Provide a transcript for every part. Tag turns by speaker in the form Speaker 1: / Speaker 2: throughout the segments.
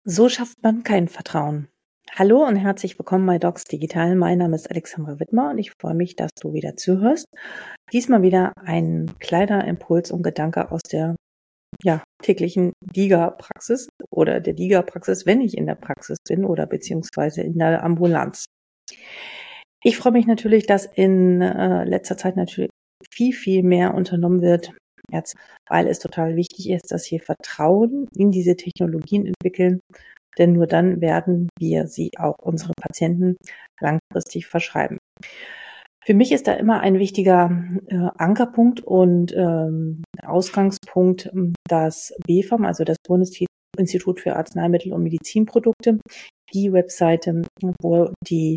Speaker 1: So schafft man kein Vertrauen. Hallo und herzlich willkommen bei Docs Digital. Mein Name ist Alexandra Wittmer und ich freue mich, dass du wieder zuhörst. Diesmal wieder ein kleiner Impuls und Gedanke aus der täglichen DIGA-Praxis oder der DIGA-Praxis, wenn ich in der Praxis bin oder beziehungsweise in der Ambulanz. Ich freue mich natürlich, dass in letzter Zeit natürlich viel mehr unternommen wird, jetzt, weil es total wichtig ist, dass wir Vertrauen in diese Technologien entwickeln, denn nur dann werden wir sie auch unseren Patienten langfristig verschreiben. Für mich ist da immer ein wichtiger Ankerpunkt und Ausgangspunkt das BfArM, also das Bundesinstitut für Arzneimittel und Medizinprodukte, die Webseite, wo die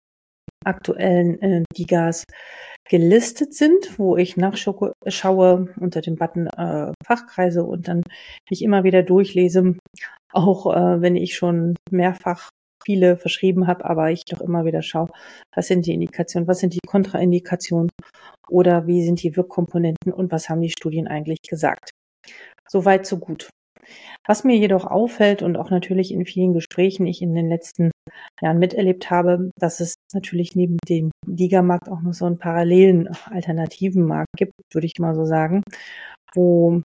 Speaker 1: aktuellen DIGAs gelistet sind, wo ich nachschaue unter dem Button Fachkreise und dann mich immer wieder durchlese, auch wenn ich schon mehrfach viele verschrieben habe, aber ich doch immer wieder schaue, was sind die Indikationen, was sind die Kontraindikationen oder wie sind die Wirkkomponenten und was haben die Studien eigentlich gesagt. Soweit, so gut. Was mir jedoch auffällt und auch natürlich in vielen Gesprächen ich in den letzten Jahren miterlebt habe, dass es natürlich neben dem DIGA-Markt auch noch so einen parallelen alternativen Markt gibt, würde ich mal so sagen, wo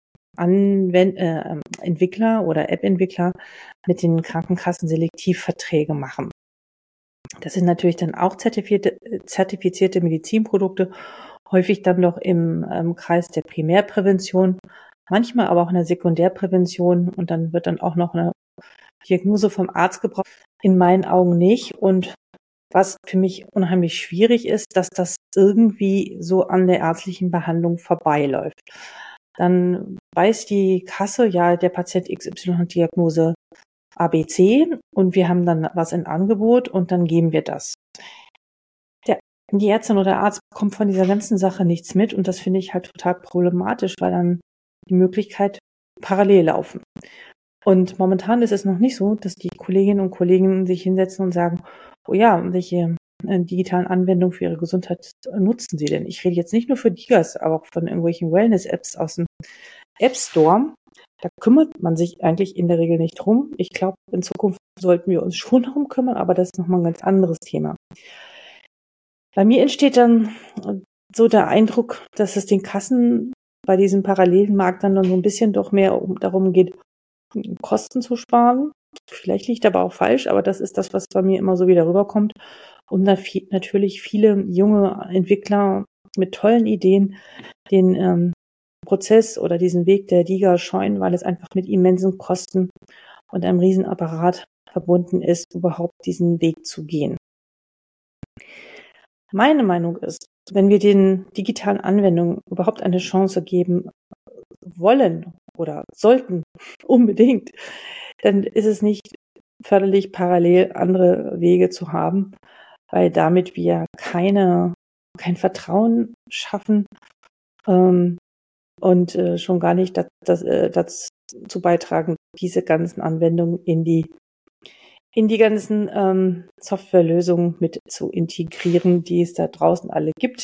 Speaker 1: Entwickler oder App-Entwickler mit den Krankenkassen Selektivverträge machen. Das sind natürlich dann auch zertifizierte Medizinprodukte, häufig dann noch im Kreis der Primärprävention, manchmal aber auch in der Sekundärprävention und dann wird dann auch noch eine Diagnose vom Arzt gebraucht. In meinen Augen nicht. Und was für mich unheimlich schwierig ist, dass das irgendwie so an der ärztlichen Behandlung vorbeiläuft. Dann weiß die Kasse, ja, der Patient XY hat Diagnose ABC und wir haben dann was in Angebot und dann geben wir das. Die Ärztin oder der Arzt bekommt von dieser ganzen Sache nichts mit und das finde ich halt total problematisch, weil dann die Möglichkeit parallel laufen. Und momentan ist es noch nicht so, dass die Kolleginnen und Kollegen sich hinsetzen und sagen, oh ja, welche digitalen Anwendungen für ihre Gesundheit nutzen sie denn? Ich rede jetzt nicht nur für DIGAs, aber auch von irgendwelchen Wellness-Apps aus dem App Store. Da kümmert man sich eigentlich in der Regel nicht drum. Ich glaube, in Zukunft sollten wir uns schon darum kümmern, aber das ist nochmal ein ganz anderes Thema. Bei mir entsteht dann so der Eindruck, dass es den Kassen bei diesem parallelen Markt dann so ein bisschen doch mehr darum geht, Kosten zu sparen. Vielleicht liegt aber auch falsch, aber das ist das, was bei mir immer so wieder rüberkommt. Und natürlich viele junge Entwickler mit tollen Ideen den Prozess oder diesen Weg der DIGA scheuen, weil es einfach mit immensen Kosten und einem Riesenapparat verbunden ist, überhaupt diesen Weg zu gehen. Meine Meinung ist, wenn wir den digitalen Anwendungen überhaupt eine Chance geben wollen oder sollten, unbedingt, dann ist es nicht förderlich, parallel andere Wege zu haben, weil damit wir kein Vertrauen schaffen und schon gar nicht dazu beitragen, diese ganzen Anwendungen in die ganzen Softwarelösungen mit zu integrieren, die es da draußen alle gibt.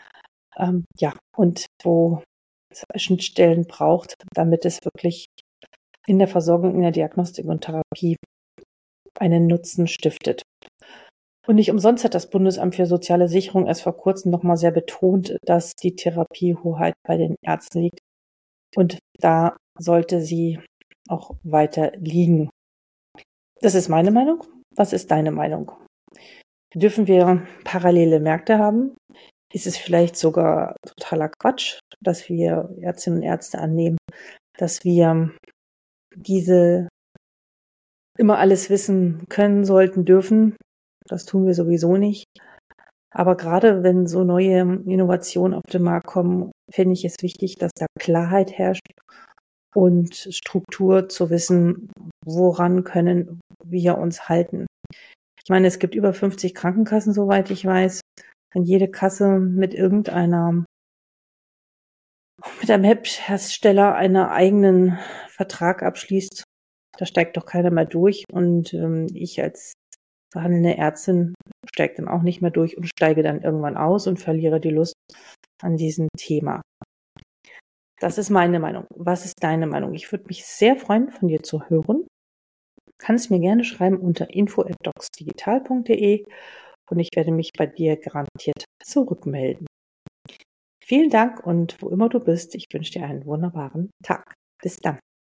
Speaker 1: Und wo es Schnittstellen braucht, damit es wirklich in der Versorgung, in der Diagnostik und Therapie einen Nutzen stiftet. Und nicht umsonst hat das Bundesamt für Soziale Sicherung erst vor kurzem nochmal sehr betont, dass die Therapiehoheit bei den Ärzten liegt. Und da sollte sie auch weiter liegen. Das ist meine Meinung. Was ist deine Meinung? Dürfen wir parallele Märkte haben? Ist es vielleicht sogar totaler Quatsch, dass wir Ärztinnen und Ärzte annehmen, dass wir diese immer alles wissen können, sollten, dürfen? Das tun wir sowieso nicht. Aber gerade wenn so neue Innovationen auf den Markt kommen, finde ich es wichtig, dass da Klarheit herrscht und Struktur zu wissen, woran können wir uns halten. Ich meine, es gibt über 50 Krankenkassen, soweit ich weiß. Wenn jede Kasse mit einem Hersteller einen eigenen Vertrag abschließt, da steigt doch keiner mehr durch. Und ich als behandelnde Ärztin steige dann auch nicht mehr durch und steige dann irgendwann aus und verliere die Lust an diesem Thema. Das ist meine Meinung. Was ist deine Meinung? Ich würde mich sehr freuen, von dir zu hören. kannst mir gerne schreiben unter info@docsdigital.de und ich werde mich bei dir garantiert zurückmelden. Vielen Dank und wo immer du bist, ich wünsche dir einen wunderbaren Tag. Bis dann.